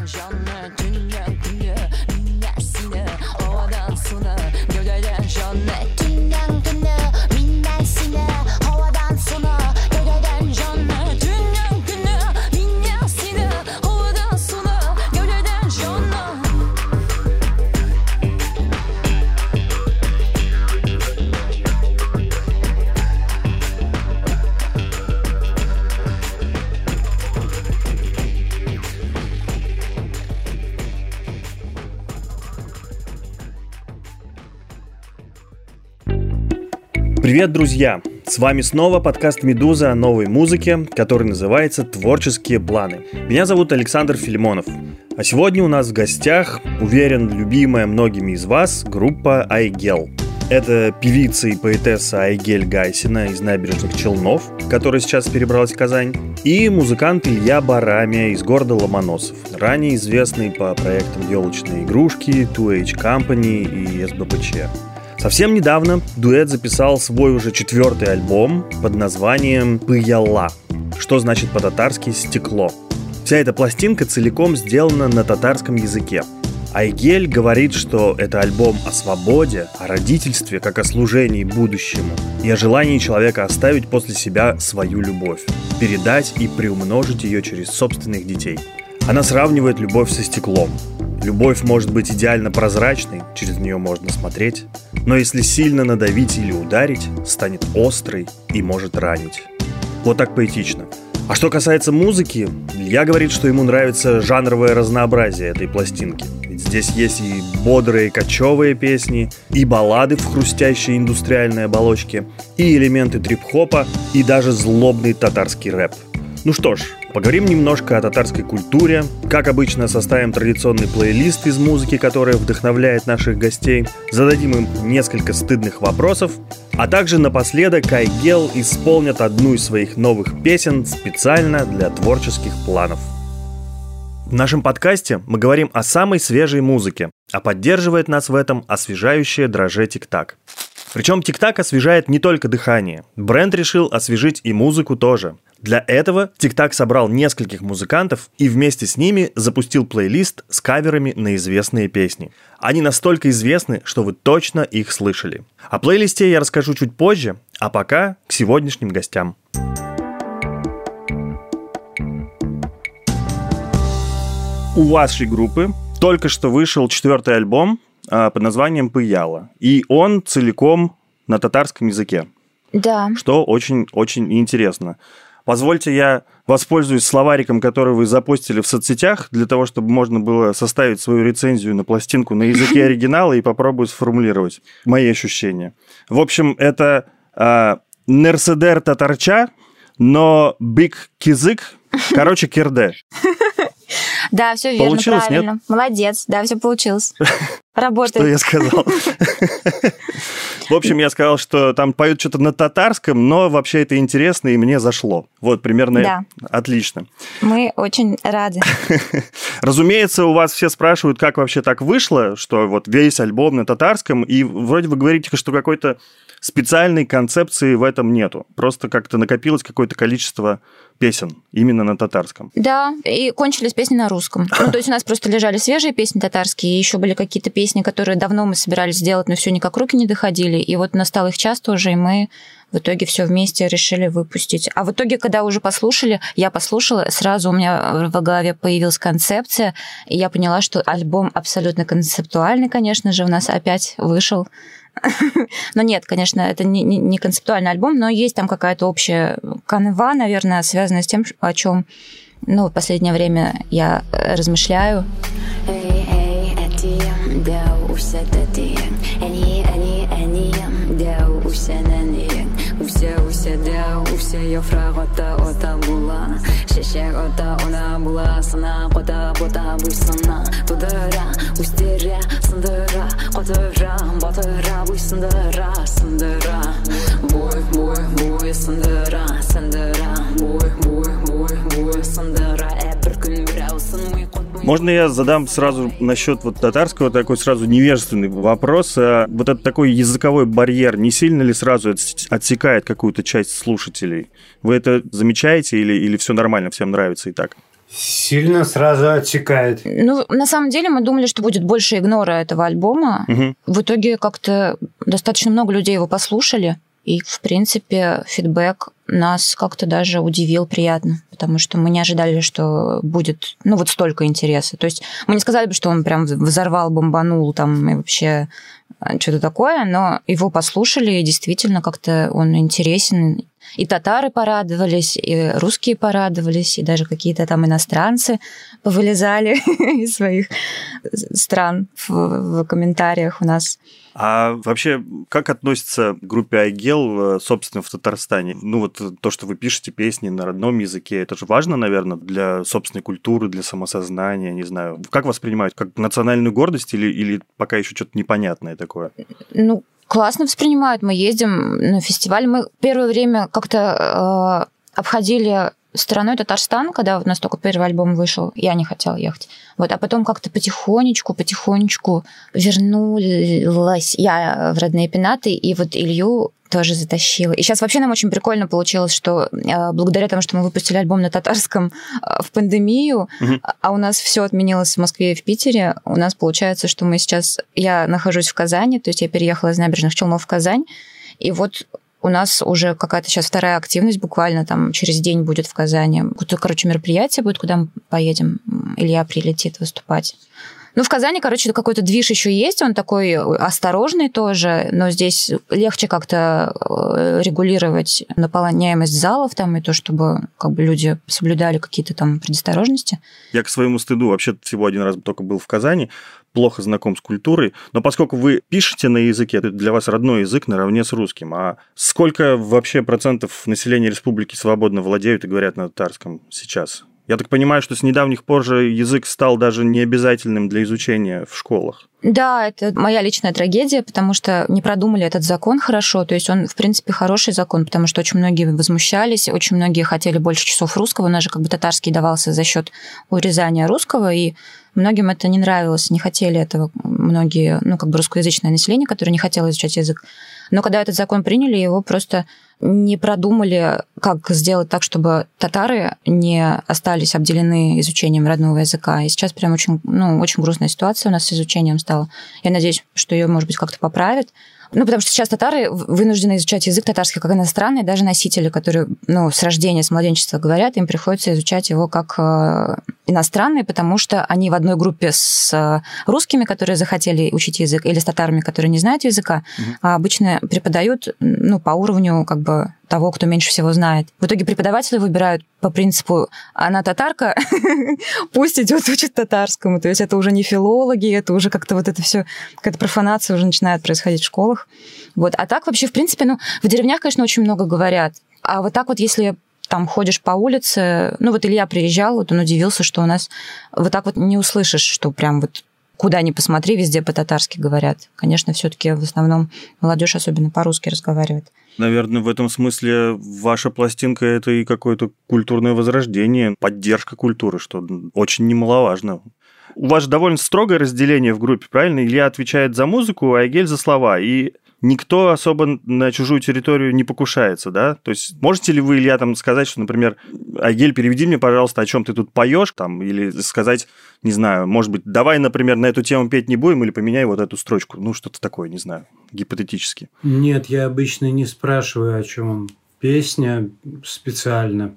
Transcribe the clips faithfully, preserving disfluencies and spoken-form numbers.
Привет, друзья! С вами снова подкаст «Медуза» о новой музыке, который называется «Творческие планы». Меня зовут Александр Филимонов. А сегодня у нас в гостях, уверен, любимая многими из вас группа Айгел. Это певица и поэтесса Айгель Гайсина из Набережных Челнов, которая сейчас перебралась в Казань, и музыкант Илья Барамия из города Ломоносов, ранее известный по проектам «Елочные игрушки», ту эйч Company и эс бэ пэ че. Совсем недавно дуэт записал свой уже четвертый альбом под названием «Пыяла», что значит по-татарски «стекло». Вся эта пластинка целиком сделана на татарском языке. Айгель говорит, что это альбом о свободе, о родительстве, как о служении будущему, и о желании человека оставить после себя свою любовь, передать и приумножить ее через собственных детей. Она сравнивает любовь со стеклом. Любовь может быть идеально прозрачной, через нее можно смотреть, но если сильно надавить или ударить, станет острой и может ранить. Вот так поэтично. А что касается музыки, Илья говорит, что ему нравится жанровое разнообразие этой пластинки. Ведь здесь есть и бодрые кочевые песни, и баллады в хрустящей индустриальной оболочке, и элементы трип-хопа, и даже злобный татарский рэп. Ну что ж, поговорим немножко о татарской культуре. Как обычно, составим традиционный плейлист из музыки, которая вдохновляет наших гостей. Зададим им несколько стыдных вопросов. А также напоследок Айгел исполнят одну из своих новых песен специально для творческих планов. В нашем подкасте мы говорим о самой свежей музыке, а поддерживает нас в этом освежающее дрожжи Тик-Так. Причем Тик-Так освежает не только дыхание. Бренд решил освежить и музыку тоже. Для этого Тик-Так собрал нескольких музыкантов и вместе с ними запустил плейлист с каверами на известные песни. Они настолько известны, что вы точно их слышали. О плейлисте я расскажу чуть позже, а пока к сегодняшним гостям. У вашей группы только что вышел четвертый альбом под названием «Пыяла», и он целиком на татарском языке. Да. Что очень-очень интересно. Позвольте, я воспользуюсь словариком, который вы запостили в соцсетях, для того, чтобы можно было составить свою рецензию на пластинку на языке оригинала и попробую сформулировать мои ощущения. В общем, это э, «Нерседер татарча», но «Бик кизык», короче, «Кирде». Да, все верно, получилось, правильно. Нет? Молодец, да, все получилось. Работает. Что я сказал? В общем, я сказал, что там поют что-то на татарском, но вообще это интересно, и мне зашло. Вот, примерно да. Отлично. Мы очень рады. Разумеется, у вас все спрашивают, как вообще так вышло, что вот весь альбом на татарском, и вроде вы говорите, что какой-то специальной концепции в этом нету. Просто как-то накопилось какое-то количество песен именно на татарском. Да, и кончились песни на русском. Ну, то есть у нас просто лежали свежие песни татарские, и еще были какие-то песни, которые давно мы собирались сделать, но все никак руки не доходили. И вот настал их час тоже, и мы в итоге все вместе решили выпустить. А в итоге, когда уже послушали, я послушала, сразу у меня в голове появилась концепция, и я поняла, что альбом абсолютно концептуальный, конечно же, у нас опять вышел. Но нет, конечно, это не, не, не концептуальный альбом, но есть там какая-то общая канва, наверное, связанная с тем, о чем, ну, в последнее время я размышляю. Можно я задам сразу насчет вот татарского такой сразу невежественный вопрос? Вот этот такой языковой барьер не сильно ли сразу отсекает какую-то часть слушателей? Вы это замечаете или, или все нормально, всем нравится и так? Сильно сразу отсекает. Ну, на самом деле мы думали, что будет больше игнора этого альбома. Угу. В итоге как-то достаточно много людей его послушали. И, в принципе, фидбэк нас как-то даже удивил приятно, потому что мы не ожидали, что будет, ну, вот столько интереса. То есть мы не сказали бы, что он прям взорвал, бомбанул там и вообще что-то такое, но его послушали, и действительно как-то он интересен. И татары порадовались, и русские порадовались, и даже какие-то там иностранцы повылезали из своих стран в, в комментариях у нас. А вообще, как относится к группе Айгел, собственно, в Татарстане? Ну, вот то, что вы пишете песни на родном языке, это же важно, наверное, для собственной культуры, для самосознания, не знаю. Как воспринимают? Как национальную гордость или, или пока еще что-то непонятное такое? Ну, классно воспринимают. Мы ездим на фестиваль. Мы первое время как-то э, обходили стороной Татарстан, когда у нас только первый альбом вышел. Я не хотела ехать. Вот, а потом как-то потихонечку, потихонечку вернулась я в родные пенаты, и вот Илью тоже затащила. И сейчас вообще нам очень прикольно получилось, что э, благодаря тому, что мы выпустили альбом на татарском э, в пандемию, угу. а у нас все отменилось в Москве и в Питере, у нас получается, что мы сейчас... Я нахожусь в Казани, то есть я переехала из Набережных Челнов в Казань, и вот у нас уже какая-то сейчас вторая активность буквально там через день будет в Казани. Какое-то, короче, мероприятие будет, куда мы поедем. Илья прилетит выступать. Ну, в Казани, короче, какой-то движ еще есть, он такой осторожный тоже, но здесь легче как-то регулировать наполняемость залов там и то, чтобы как бы люди соблюдали какие-то там предосторожности. Я к своему стыду вообще всего один раз только был в Казани, плохо знаком с культурой, но поскольку вы пишете на языке, это для вас родной язык наравне с русским, а сколько вообще процентов населения республики свободно владеют и говорят на татарском сейчас? Я так понимаю, что с недавних пор же язык стал даже необязательным для изучения в школах. Да, это моя личная трагедия, потому что не продумали этот закон хорошо. То есть он, в принципе, хороший закон, потому что очень многие возмущались, очень многие хотели больше часов русского. У нас же как бы татарский давался за счет урезания русского, и многим это не нравилось, не хотели этого многие, ну, как бы русскоязычное население, которое не хотело изучать язык. Но когда этот закон приняли, его просто не продумали, как сделать так, чтобы татары не остались обделены изучением родного языка. И сейчас прям очень, ну, очень грустная ситуация у нас с изучением стала. Я надеюсь, что ее, может быть, как-то поправят. Ну, потому что сейчас татары вынуждены изучать язык татарский как иностранный, даже носители, которые, ну, с рождения, с младенчества говорят, им приходится изучать его как э, иностранный, потому что они в одной группе с русскими, которые захотели учить язык, или с татарами, которые не знают языка, mm-hmm. а обычно преподают, ну, по уровню, как бы, того, кто меньше всего знает. В итоге преподаватели выбирают по принципу «она татарка, пусть идет учить татарскому». То есть это уже не филологи, это уже как-то вот это все, какая-то профанация уже начинает происходить в школах. Вот. А так вообще, в принципе, ну, в деревнях, конечно, очень много говорят. А вот так вот, если там ходишь по улице, ну, вот Илья приезжал, вот он удивился, что у нас вот так вот не услышишь, что прям вот куда ни посмотри, везде по-татарски говорят. Конечно, все-таки в основном молодежь особенно по-русски разговаривает. Наверное, в этом смысле ваша пластинка – это и какое-то культурное возрождение, поддержка культуры, что очень немаловажно. У вас же довольно строгое разделение в группе, правильно? Илья отвечает за музыку, а Айгель за слова. И никто особо на чужую территорию не покушается, да? То есть можете ли вы, Илья, там сказать, что, например, Айгель, переведи мне, пожалуйста, о чем ты тут поешь, там, или сказать, не знаю, может быть, давай, например, на эту тему петь не будем, или поменяй вот эту строчку, ну, что-то такое, не знаю, гипотетически. Нет, я обычно не спрашиваю, о чем песня специально,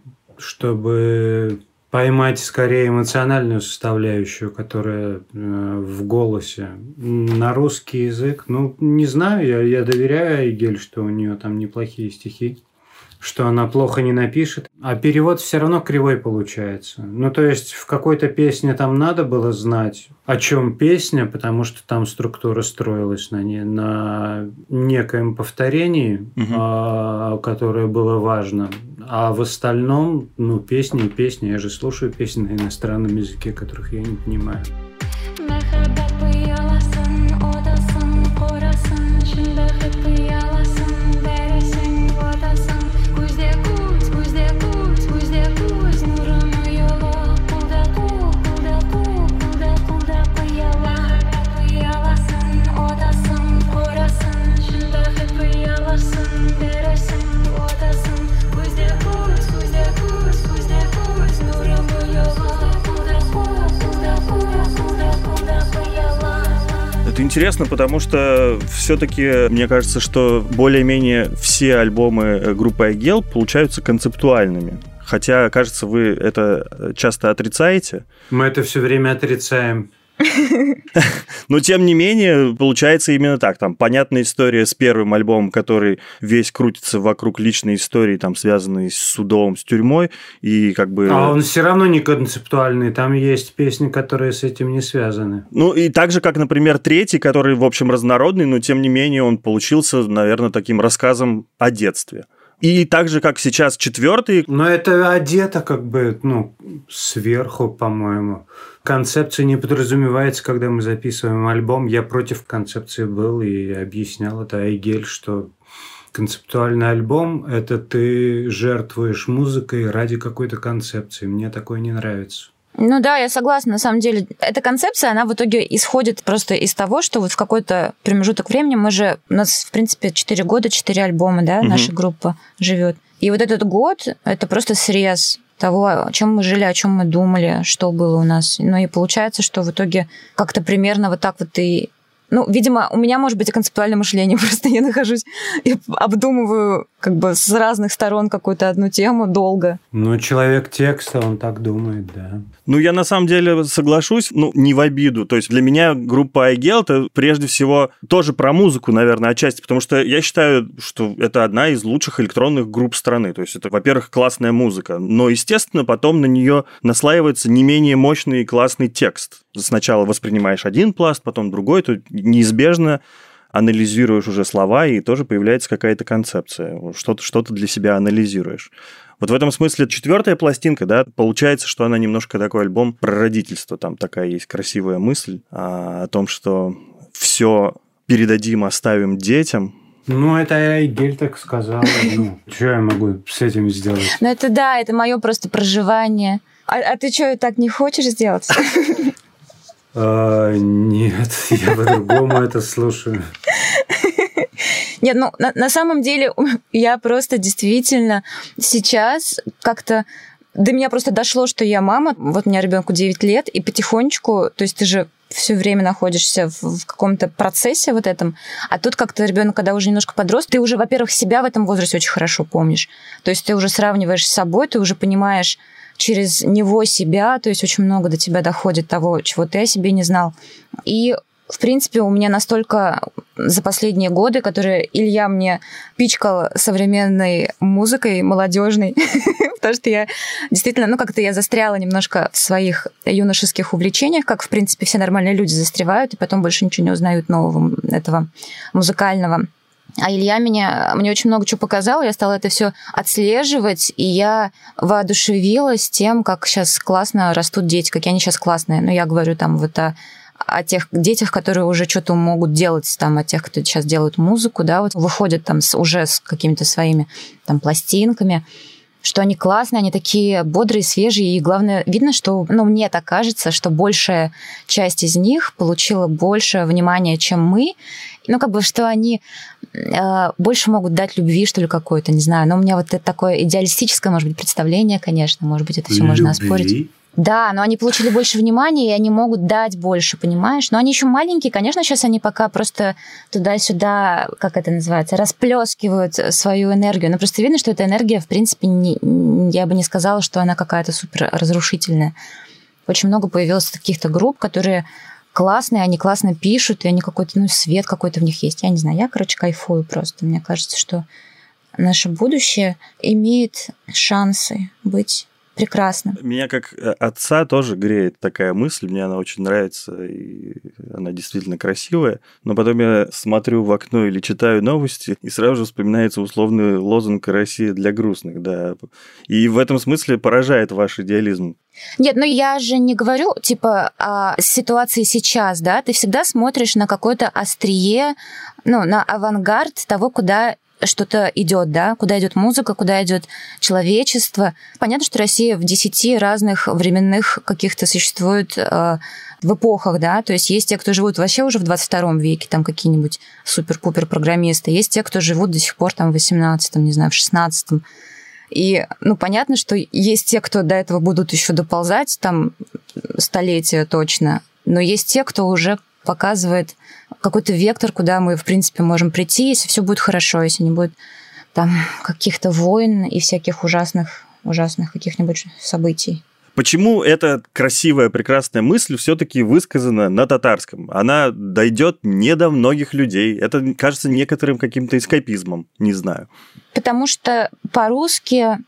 чтобы поймать скорее эмоциональную составляющую, которая э, в голосе. На русский язык, ну, не знаю, я, я доверяю Айгель, что у нее там неплохие стихи, что она плохо не напишет, а перевод все равно кривой получается. Ну, то есть в какой-то песне там надо было знать, о чем песня, потому что там структура строилась на, не, на некоем повторении, угу. а, которое было важно. А в остальном, ну, песни и песни. Я же слушаю песни на иностранном языке, которых я не понимаю. Пусть интересно, потому что все-таки мне кажется, что более-менее все альбомы группы Айгел получаются концептуальными. Хотя, кажется, вы это часто отрицаете. Мы это все время отрицаем. Но, тем не менее, получается именно так. Там понятная история с первым альбомом, который весь крутится вокруг личной истории, там, связанной с судом, с тюрьмой, и как бы... А он все равно не концептуальный. Там есть песни, которые с этим не связаны. Ну, и так же, как, например, третий, который, в общем, разнородный, но, тем не менее, он получился, наверное, таким рассказом о детстве. И так же, как сейчас четвертый. Но это одето как бы, ну, сверху, по-моему. Концепция не подразумевается, когда мы записываем альбом. Я против концепции был и объяснял это Айгель, что концептуальный альбом – это ты жертвуешь музыкой ради какой-то концепции. Мне такое не нравится. Ну да, я согласна. На самом деле, эта концепция, она в итоге исходит просто из того, что вот в какой-то промежуток времени мы же... У нас, в принципе, четыре года, четыре альбома, да, угу. Наша группа живет. И вот этот год – это просто срез того, о чем мы жили, о чем мы думали, что было у нас. Ну и получается, что в итоге как-то примерно вот так вот и... Ну, видимо, у меня, может быть, и концептуальное мышление, просто я нахожусь и обдумываю как бы с разных сторон какую-то одну тему долго. Ну, человек текста, он так думает, да. Ну, я на самом деле соглашусь, ну, не в обиду. То есть для меня группа Айгел – это прежде всего тоже про музыку, наверное, отчасти, потому что я считаю, что это одна из лучших электронных групп страны. То есть это, во-первых, классная музыка, но, естественно, потом на нее наслаивается не менее мощный и классный текст. Сначала воспринимаешь один пласт, потом другой, то неизбежно анализируешь уже слова, и тоже появляется какая-то концепция. Что-то, что-то для себя анализируешь. Вот в этом смысле четвертая пластинка, да, получается, что она немножко такой альбом про родительство. Там такая есть красивая мысль а, о том, что все передадим, оставим детям. Ну, это Айгель так сказала. Ну, что я могу с этим сделать? Ну, это да, это мое просто проживание. А, а ты что, так не хочешь сделать? А, нет, я по-другому это слушаю. Нет, ну, на, на самом деле, я просто действительно сейчас как-то... До меня просто дошло, что я мама, вот у меня ребенку девять лет, и потихонечку, то есть ты же все время находишься в, в каком-то процессе вот этом, а тут как-то ребенок, когда уже немножко подрос, ты уже, во-первых, себя в этом возрасте очень хорошо помнишь. То есть ты уже сравниваешь с собой, ты уже понимаешь через него себя, то есть очень много до тебя доходит того, чего ты о себе не знал. И в принципе, у меня настолько за последние годы, которые Илья мне пичкал современной музыкой, молодежной, потому что я действительно, ну, как-то я застряла немножко в своих юношеских увлечениях, как, в принципе, все нормальные люди застревают, и потом больше ничего не узнают нового этого музыкального. А Илья меня, мне очень много чего показал, я стала это все отслеживать, и я воодушевилась тем, как сейчас классно растут дети, какие они сейчас классные. Ну, я говорю там вот о о тех детях, которые уже что-то могут делать, там, о тех, кто сейчас делают музыку, да, вот выходят там с, уже с какими-то своими там пластинками, что они классные, они такие бодрые, свежие, и главное, видно, что, ну, мне так кажется, что большая часть из них получила больше внимания, чем мы, ну, как бы, что они э, больше могут дать любви, что ли, какой-то, не знаю, но у меня вот это такое идеалистическое, может быть, представление, конечно, может быть, это все можно оспорить. Да, но они получили больше внимания, и они могут дать больше, понимаешь? Но они еще маленькие, конечно, сейчас они пока просто туда-сюда, как это называется, расплескивают свою энергию. Но просто видно, что эта энергия, в принципе, не, я бы не сказала, что она какая-то супер разрушительная. Очень много появилось каких-то групп, которые классные, они классно пишут, и они какой-то, ну, свет какой-то в них есть. Я не знаю, я, короче, кайфую просто. Мне кажется, что наше будущее имеет шансы быть прекрасно. Меня как отца тоже греет такая мысль, мне она очень нравится, и она действительно красивая, но потом я смотрю в окно или читаю новости, и сразу же вспоминается условный лозунг «Россия для грустных», да. И в этом смысле поражает ваш идеализм. Нет, ну я же не говорю, типа, о ситуации сейчас, да, ты всегда смотришь на какое-то острие, ну, на авангард того, куда что-то идет, да, куда идет музыка, куда идет человечество. Понятно, что Россия в десяти разных временных каких-то существует э, в эпохах, да, то есть есть те, кто живут вообще уже в двадцать втором веке, там какие-нибудь супер-пупер программисты, есть те, кто живут до сих пор там в восемнадцатом, не знаю, в шестнадцатом. И, ну, понятно, что есть те, кто до этого будут еще доползать, там, столетия точно, но есть те, кто уже показывает какой-то вектор, куда мы, в принципе, можем прийти, если все будет хорошо, если не будет там каких-то войн и всяких ужасных, ужасных каких-нибудь событий. Почему эта красивая, прекрасная мысль все-таки высказана на татарском? Она дойдет не до многих людей. Это кажется некоторым каким-то эскапизмом, не знаю. Потому что по-русски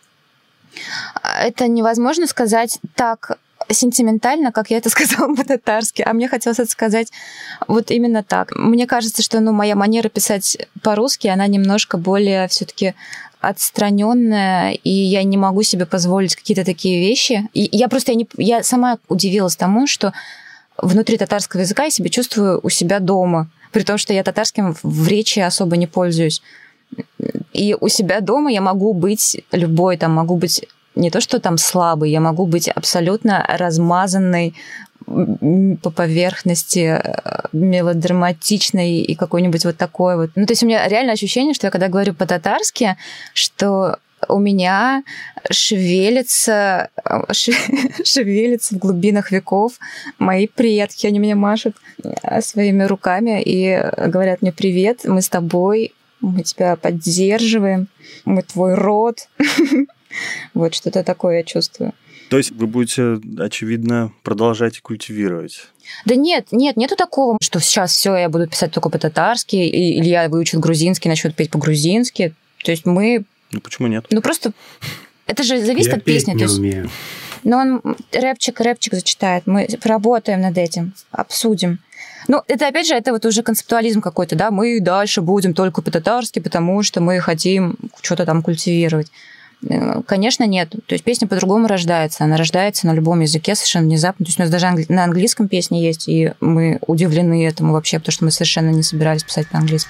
это невозможно сказать так сентиментально, как я это сказала по-татарски, а мне хотелось это сказать вот именно так. Мне кажется, что ну, моя манера писать по-русски, она немножко более все-таки отстраненная, и я не могу себе позволить какие-то такие вещи. И я просто я, не, я сама удивилась тому, что внутри татарского языка я себя чувствую у себя дома, при том, что я татарским в речи особо не пользуюсь. И у себя дома я могу быть любой, там могу быть не то, что там слабый, я могу быть абсолютно размазанной по поверхности, мелодраматичной и какой-нибудь вот такой вот. Ну, то есть у меня реально ощущение, что я когда говорю по-татарски, что у меня шевелится, шевелится в глубинах веков мои предки, они меня машут своими руками и говорят мне: привет, мы с тобой, мы тебя поддерживаем, мы твой род. Вот что-то такое я чувствую. То есть вы будете, очевидно, продолжать культивировать? Да нет, нет, нету такого, что сейчас все, я буду писать только по-татарски, и Илья выучит грузинский, начнет петь по-грузински. То есть мы... Ну почему нет? Ну просто... Это же зависит я от песни. Я петь не умею. Но он рэпчик, рэпчик зачитает. Мы поработаем над этим, обсудим. Ну, это, опять же, это вот уже концептуализм какой-то, да? Мы дальше будем только по-татарски, потому что мы хотим что-то там культивировать. Конечно, нет. То есть песня по-другому рождается. Она рождается на любом языке совершенно внезапно. То есть у нас даже англи... на английском песни есть, и мы удивлены этому вообще, потому что мы совершенно не собирались писать по-английски.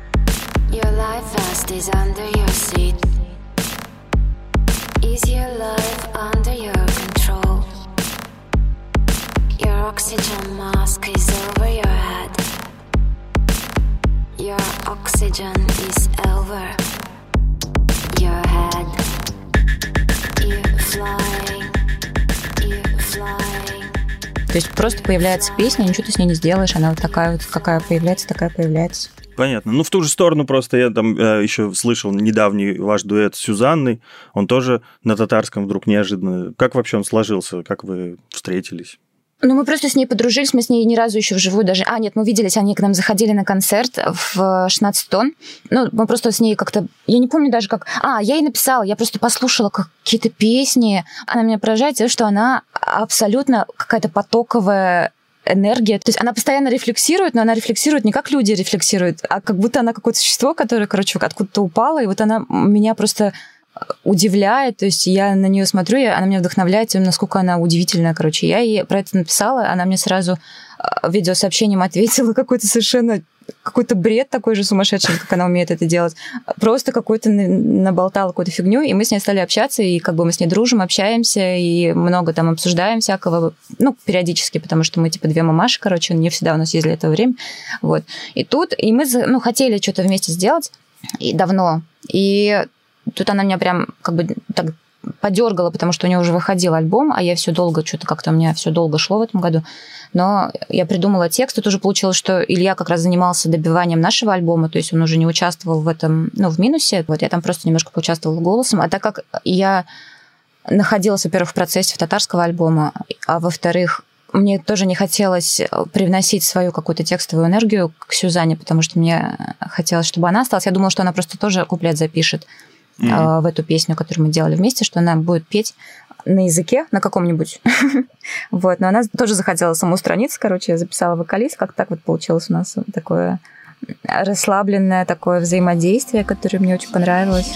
То есть просто появляется песня, ничего ты с ней не сделаешь, она вот такая вот, какая появляется, такая появляется. Понятно. Ну, в ту же сторону просто я там э, еще слышал недавний ваш дуэт с Сюзанной, он тоже на татарском вдруг неожиданно. Как вообще он сложился? Как вы встретились? Ну, мы просто с ней подружились, мы с ней ни разу еще вживую даже... А, нет, мы виделись, они к нам заходили на концерт в шестнадцать тонн. Ну, мы просто с ней как-то... Я не помню даже как... А, я ей написала, я просто послушала какие-то песни. Она меня поражает тем, что она абсолютно какая-то потоковая энергия. То есть она постоянно рефлексирует, но она рефлексирует не как люди рефлексируют, а как будто она какое-то существо, которое, короче, откуда-то упало, и вот она меня просто... удивляет, то есть я на нее смотрю, я, она меня вдохновляет тем, насколько она удивительная, короче. Я ей про это написала, она мне сразу видеосообщением ответила, какой-то совершенно какой-то бред такой же сумасшедший, как она умеет это делать. Просто какой-то наболтала какую-то фигню, и мы с ней стали общаться, и как бы мы с ней дружим, общаемся, и много там обсуждаем всякого, ну, периодически, потому что мы типа две мамаши, короче, не всегда у нас есть для этого время. Вот. И тут, и мы, ну, хотели что-то вместе сделать, и давно, и тут она меня прям как бы так подергала, потому что у нее уже выходил альбом, а я все долго, что-то как-то у меня все долго шло в этом году. Но я придумала текст, тут уже получилось, что Илья как раз занимался добиванием нашего альбома, то есть он уже не участвовал в этом, ну, в минусе. Вот я там просто немножко поучаствовала голосом. А так как я находилась, во-первых, в процессе татарского альбома, а во-вторых, мне тоже не хотелось привносить свою какую-то текстовую энергию к Сюзанне, потому что мне хотелось, чтобы она осталась. Я думала, что она просто тоже куплет запишет. Mm-hmm. в эту песню, которую мы делали вместе, что она будет петь на языке, на каком-нибудь. Вот, но она тоже захотела самоустраниться, короче, я записала вокалист, как так вот получилось у нас такое расслабленное такое взаимодействие, которое мне очень понравилось.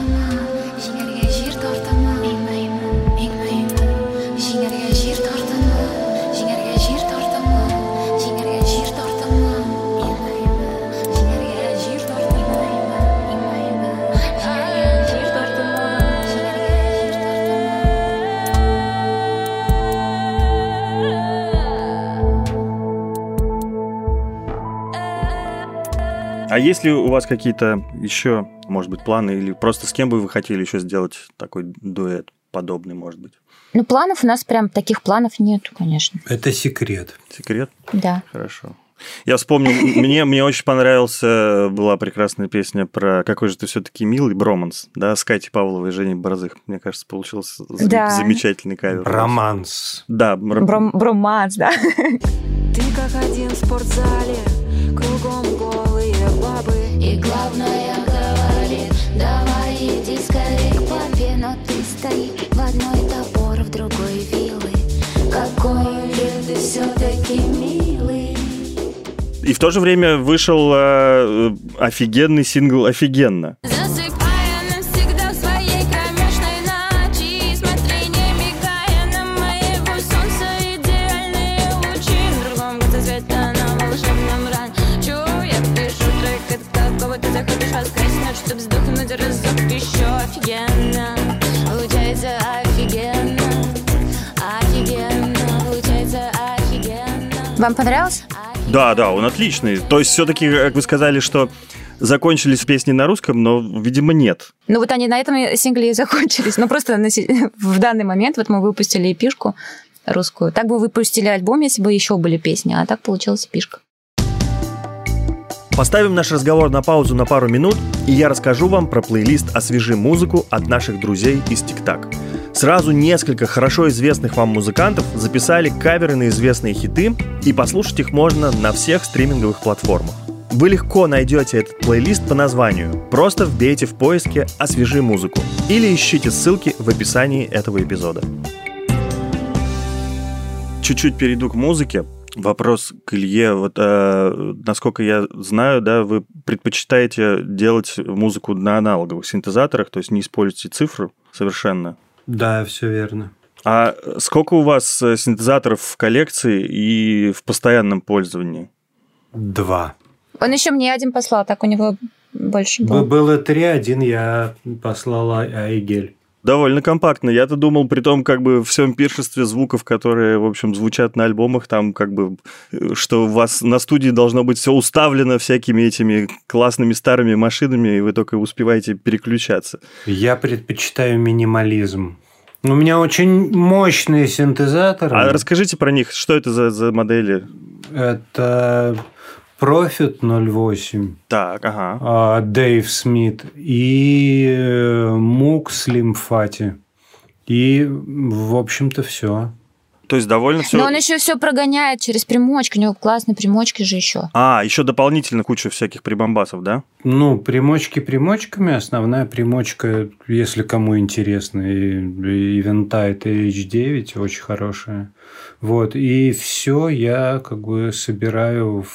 А есть ли у вас какие-то еще, может быть, планы или просто с кем бы вы хотели еще сделать такой дуэт подобный, может быть? Ну, планов у нас прям таких планов нету, конечно. Это секрет. Секрет? Да. Хорошо. Я вспомнил, мне, мне очень понравился, была прекрасная песня про «Какой же ты все-таки милый», «Броманс», да, с Катей Павловой и Женей Борзых. Мне кажется, получился да. замечательный кавер. Романс. Да. Бром, броманс, да. Ты как один в спортзале, кругом голые бабы. И главное говорит, давай иди скорее к папе. Но ты стоишь в одной топор, в другой вилы. Какой же ты все-таки милый. И в то же время вышел э, офигенный сингл «Офигенно». Вам понравился? Да, да, он отличный. То есть все-таки, как вы сказали, что закончились песни на русском, но, видимо, нет. Ну вот они на этом сингле и закончились. Но просто на, в данный момент вот мы выпустили эпишку русскую. Так бы выпустили альбом, если бы еще были песни, а так получилась эпишка. Поставим наш разговор на паузу на пару минут, и я расскажу вам про плейлист «Освежи музыку» от наших друзей из ТикТак. Сразу несколько хорошо известных вам музыкантов записали каверы на известные хиты, и послушать их можно на всех стриминговых платформах. Вы легко найдете этот плейлист по названию. Просто вбейте в поиске «Освежи музыку» или ищите ссылки в описании этого эпизода. Чуть-чуть перейду к музыке. Вопрос к Илье. Вот, э, насколько я знаю, да, вы предпочитаете делать музыку на аналоговых синтезаторах, то есть не используете цифру совершенно? Да, все верно. А сколько у вас синтезаторов в коллекции и в постоянном пользовании? Два. Он еще мне один послал, так у него больше было. Было три, один я послала Айгель. Довольно компактно. Я-то думал, при том, как бы, всем пиршестве звуков, которые, в общем, звучат на альбомах, там, как бы, что у вас на студии должно быть все уставлено всякими этими классными старыми машинами, и вы только успеваете переключаться. Я предпочитаю минимализм. У меня очень мощные синтезаторы. А расскажите про них, что это за, за модели? Это Prophet ноль восемь. Так, ага. Дэйв Смит и Moog Slim Fati. И, в общем-то, все. То есть довольно все. Но он еще все прогоняет через примочки. У него классные примочки же еще. А, еще дополнительно куча всяких прибамбасов, да? Ну, примочки примочками. Основная примочка, если кому интересно, и Eventide эйч девять очень хорошая. Вот, и все я как бы собираю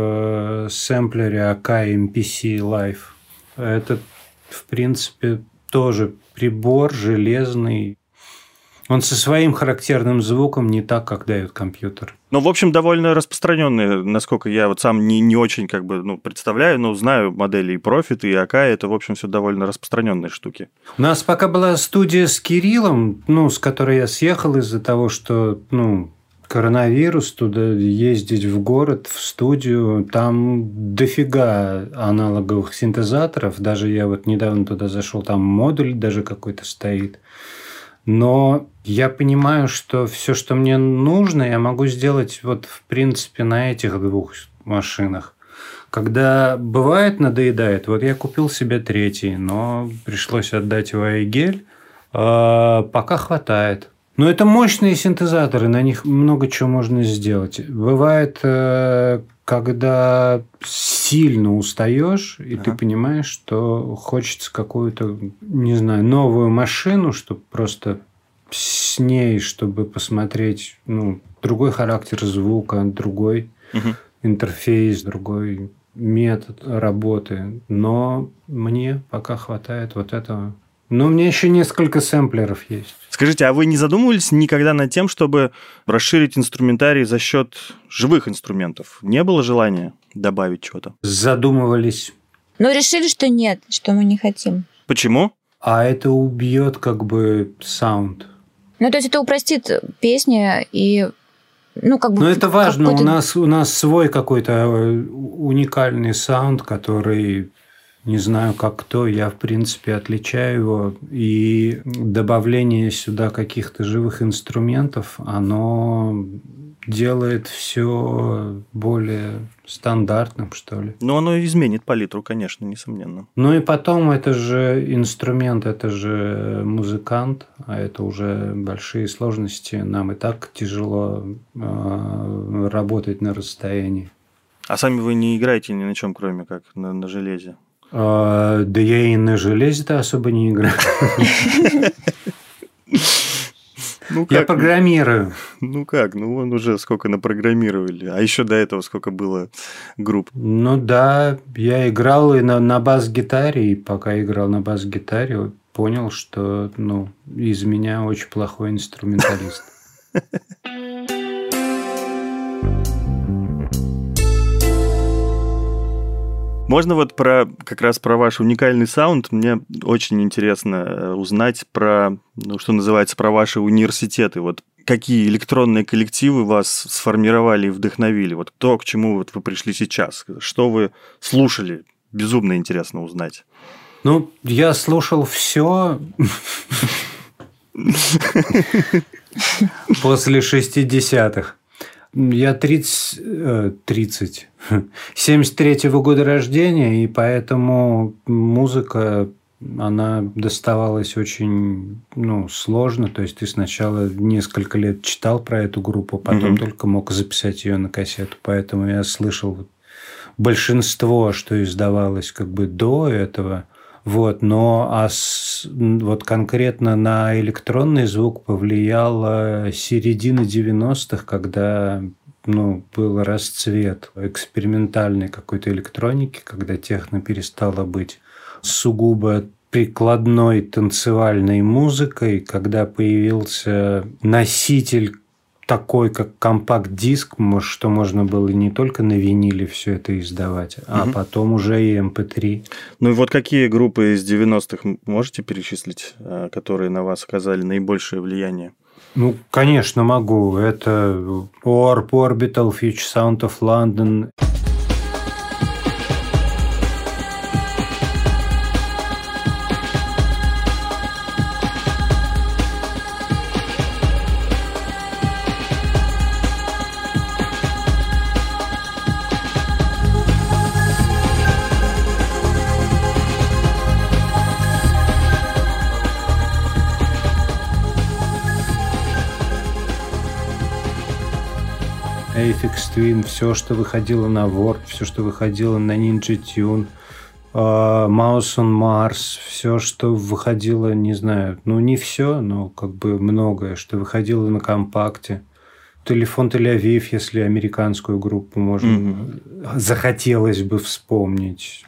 в сэмплере эй кей эм пи си Live. Это, в принципе, тоже прибор железный. Он со своим характерным звуком, не так, как дает компьютер. Ну, в общем, довольно распространенные, насколько я вот сам не, не очень как бы, ну, представляю, но знаю модели и Prophet, и эй кей, это, в общем, все довольно распространенные штуки. У нас пока была студия с Кириллом, ну, с которой я съехал из-за того, что, ну, коронавирус, туда ездить в город, в студию, там дофига аналоговых синтезаторов, даже я вот недавно туда зашел, там модуль даже какой-то стоит. Но я понимаю, что все, что мне нужно, я могу сделать вот в принципе на этих двух машинах. Когда бывает надоедает, вот я купил себе третий, но пришлось отдать его Айгель, а пока хватает. Но это мощные синтезаторы, на них много чего можно сделать. Бывает, когда сильно устаешь, и ага. ты понимаешь, что хочется какую-то, не знаю, новую машину, чтобы просто с ней, чтобы посмотреть, ну, другой характер звука, другой угу. интерфейс, другой метод работы. Но мне пока хватает вот этого. Но у меня еще несколько сэмплеров есть. Скажите, а вы не задумывались никогда над тем, чтобы расширить инструментарий за счет живых инструментов? Не было желания добавить чего-то? Задумывались. Но решили, что нет, что мы не хотим. Почему? А это убьет как бы саунд. Ну, то есть это упростит песни и... Ну, как бы, но это важно. У нас, у нас свой какой-то уникальный саунд, который... Не знаю, как кто, я, в принципе, отличаю его. И добавление сюда каких-то живых инструментов, оно делает все более стандартным, что ли. Но оно изменит палитру, конечно, несомненно. Ну и потом это же инструмент, это же музыкант, а это уже большие сложности. Нам и так тяжело э, работать на расстоянии. А сами вы не играете ни на чем, кроме как на, на железе? А, да я и на железе-то особо не играю. Ну, я как? программирую. Ну как? Ну, вон уже сколько напрограммировали. А еще до этого сколько было групп? Ну да, я играл и на, на бас-гитаре, и пока играл на бас-гитаре, понял, что ну, из меня очень плохой инструменталист. Можно вот про как раз про ваш уникальный саунд. Мне очень интересно узнать про, ну, что называется, про ваши университеты. Вот какие электронные коллективы вас сформировали и вдохновили? Вот то, к чему вот вы пришли сейчас. Что вы слушали? Безумно интересно узнать. Ну, я слушал все после шестидесятых. Я тридцать, тридцать, семьдесят третьего года рождения, и поэтому музыка, она доставалась очень ну, сложно. То есть ты сначала несколько лет читал про эту группу, потом mm-hmm. только мог записать ее на кассету. Поэтому я слышал большинство, что издавалось как бы до этого. Вот, но а с, вот конкретно на электронный звук повлияла середина девяностых, когда ну, был расцвет экспериментальной какой-то электроники, когда техно перестала быть сугубо прикладной танцевальной музыкой, когда появился носитель такой, как компакт-диск, что можно было не только на виниле все это издавать, а угу. потом уже и эм пэ три. Ну и вот какие группы из девяностых можете перечислить, которые на вас оказали наибольшее влияние? Ну, конечно, могу. Это Warp Orbital, Future Sound of London. Aphex Twin, все, что выходило на Warp, все, что выходило на Ninja Tune, Mouse on Mars, все, что выходило, не знаю, ну не все, но как бы многое, что выходило на компакте. Телефон Тель-Авив, если американскую группу можно, mm-hmm. захотелось бы вспомнить.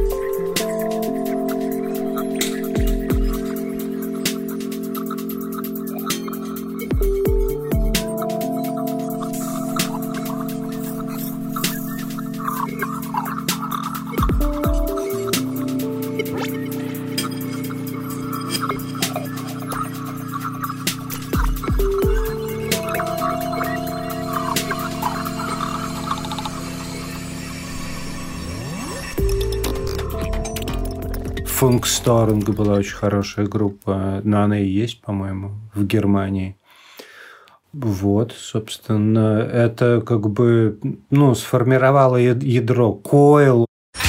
Функсторинг была очень хорошая группа, но она и есть, по-моему, в Германии. Вот, собственно, это как бы, ну, сформировало ядро. Coil.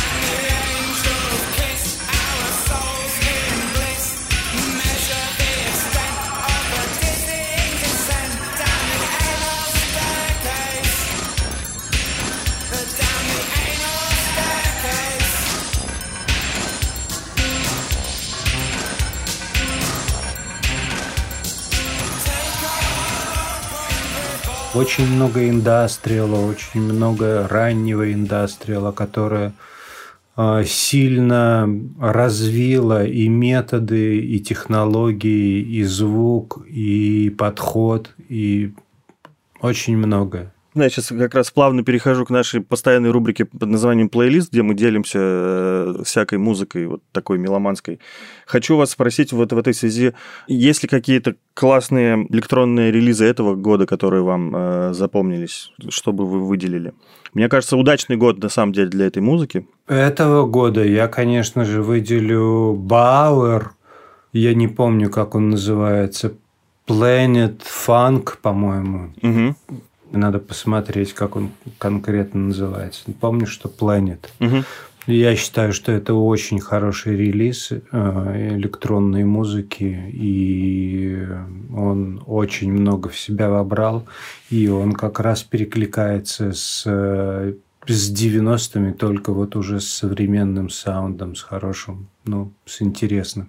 Очень много индастриала, очень много раннего индастриала, которое э, сильно развило и методы, и технологии, и звук, и подход, и очень многое. Я сейчас как раз плавно перехожу к нашей постоянной рубрике под названием «Плейлист», где мы делимся всякой музыкой, вот такой меломанской. Хочу вас спросить вот в этой связи, есть ли какие-то классные электронные релизы этого года, которые вам э, запомнились, что бы вы выделили? Мне кажется, удачный год, на самом деле, для этой музыки. Этого года я, конечно же, выделю Bauer, я не помню, как он называется, Planet Funk, по-моему. Угу. Надо посмотреть, как он конкретно называется. Помню, что Planet. Угу. Я считаю, что это очень хороший релиз электронной музыки, и он очень много в себя вобрал, и он как раз перекликается с, с девяностыми, только вот уже с современным саундом, с хорошим, ну, с интересным.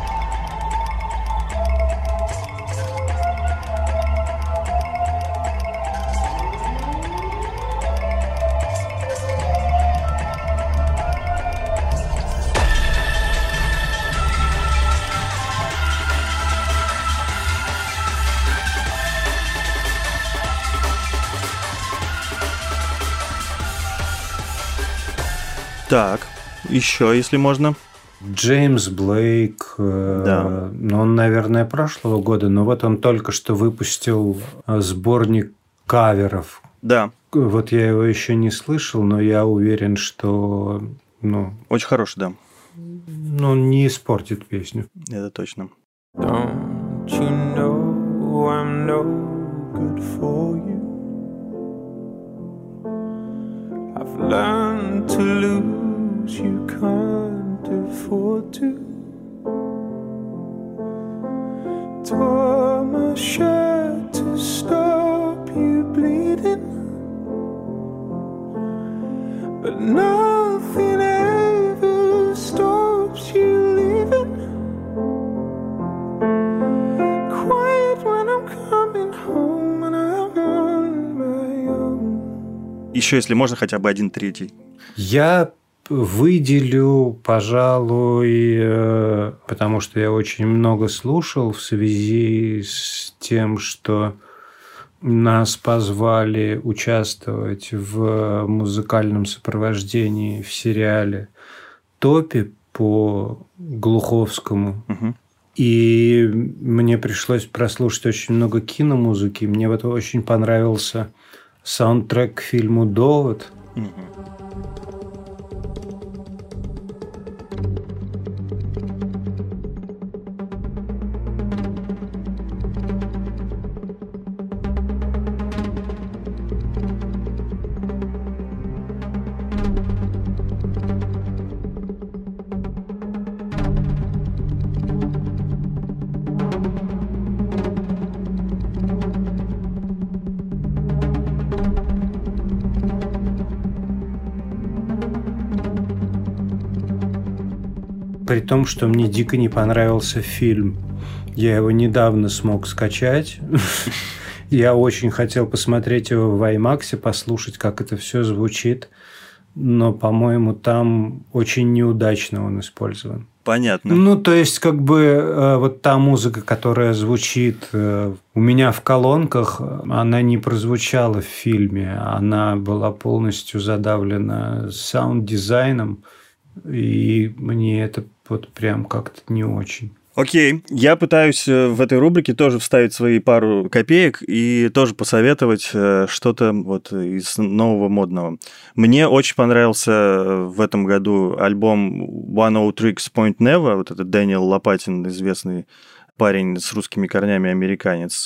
Так, еще, если можно. Джеймс Блейк, Да. ну, он, наверное, прошлого года, но вот он только что выпустил сборник каверов. Да. Вот я его еще не слышал, но я уверен, что, ну, Очень хороший, да. ну, не испортит песню. Это точно. Don't you know I'm no good for you? I've learned to lose, you can't afford to. Tore my shirt to stop you bleeding, but nothing ever stops you leaving. Quiet when I'm coming home and I'm on my own. Еще, если можно, хотя бы один третий. Я выделю, пожалуй, э, потому что я очень много слушал в связи с тем, что нас позвали участвовать в музыкальном сопровождении в сериале «Топи» по Глуховскому. Угу. И мне пришлось прослушать очень много киномузыки. Мне вот очень понравился саундтрек к фильму «Довод». Угу. При том, что мне дико не понравился фильм. Я его недавно смог скачать. Я очень хотел посмотреть его в IMAX, послушать, как это все звучит. Но, по-моему, там очень неудачно он использован. Понятно. Ну, то есть, как бы, э, вот та музыка, которая звучит э, у меня в колонках, она не прозвучала в фильме. Она была полностью задавлена саунд-дизайном. И мне это вот прям как-то не очень. Окей, я пытаюсь в этой рубрике тоже вставить свои пару копеек и тоже посоветовать что-то вот из нового модного. Мне очень понравился в этом году альбом One Oh Tricks Point Never, вот этот Дэниел Лопатин, известный парень с русскими корнями, американец.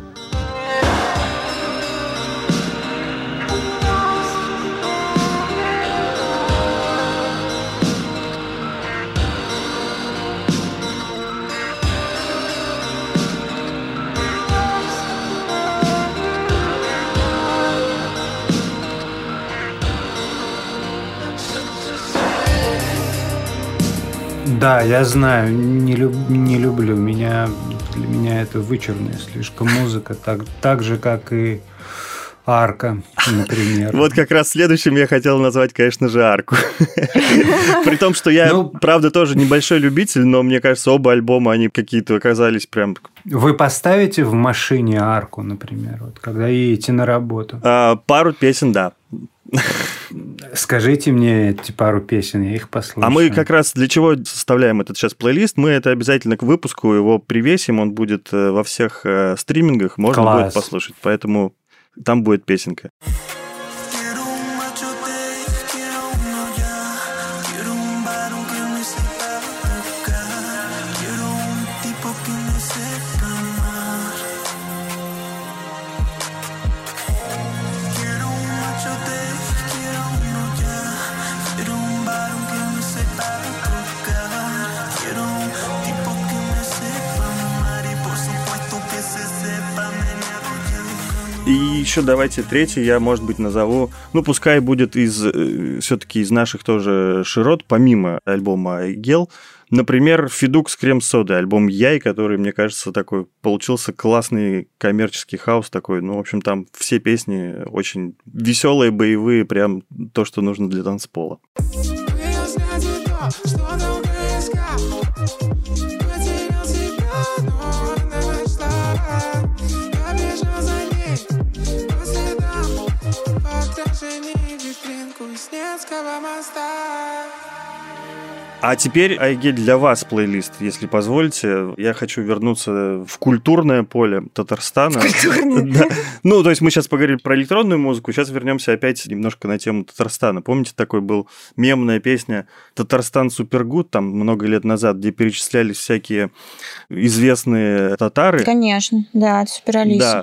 Да, я знаю, не, люб, не люблю. Меня, для меня это вычурная слишком музыка, так, так же, как и Арка, например. Вот как раз следующим я хотел назвать, конечно же, Арку. При том, что я, ну, правда, тоже небольшой любитель, но мне кажется, оба альбома, они какие-то оказались прям... Вы поставите в машине Арку, например, вот, когда едете на работу? А, пару песен, да. Скажите мне эти пару песен, я их послушаю. А мы как раз для чего составляем этот сейчас плейлист? Мы это обязательно к выпуску его привесим, он будет во всех стримингах, можно Класс. будет послушать, поэтому там будет песенка. И еще давайте третий я, может быть, назову, ну, пускай будет из, э, все-таки из наших тоже широт, помимо альбома «Айгел». Например, «Федук с крем-содой», альбом «Яй», который, мне кажется, такой получился классный коммерческий хаус такой. Ну, в общем, там все песни очень веселые, боевые, прям то, что нужно для танцпола. А теперь, Айгель, для вас плейлист, если позволите. Я хочу вернуться в культурное поле Татарстана. Да. Ну, то есть мы сейчас поговорили про электронную музыку, сейчас вернемся опять немножко на тему Татарстана. Помните, такой был мемная песня «Татарстан Супергуд», там много лет назад, где перечислялись всякие известные татары? Конечно, да, это Супералиса. Да.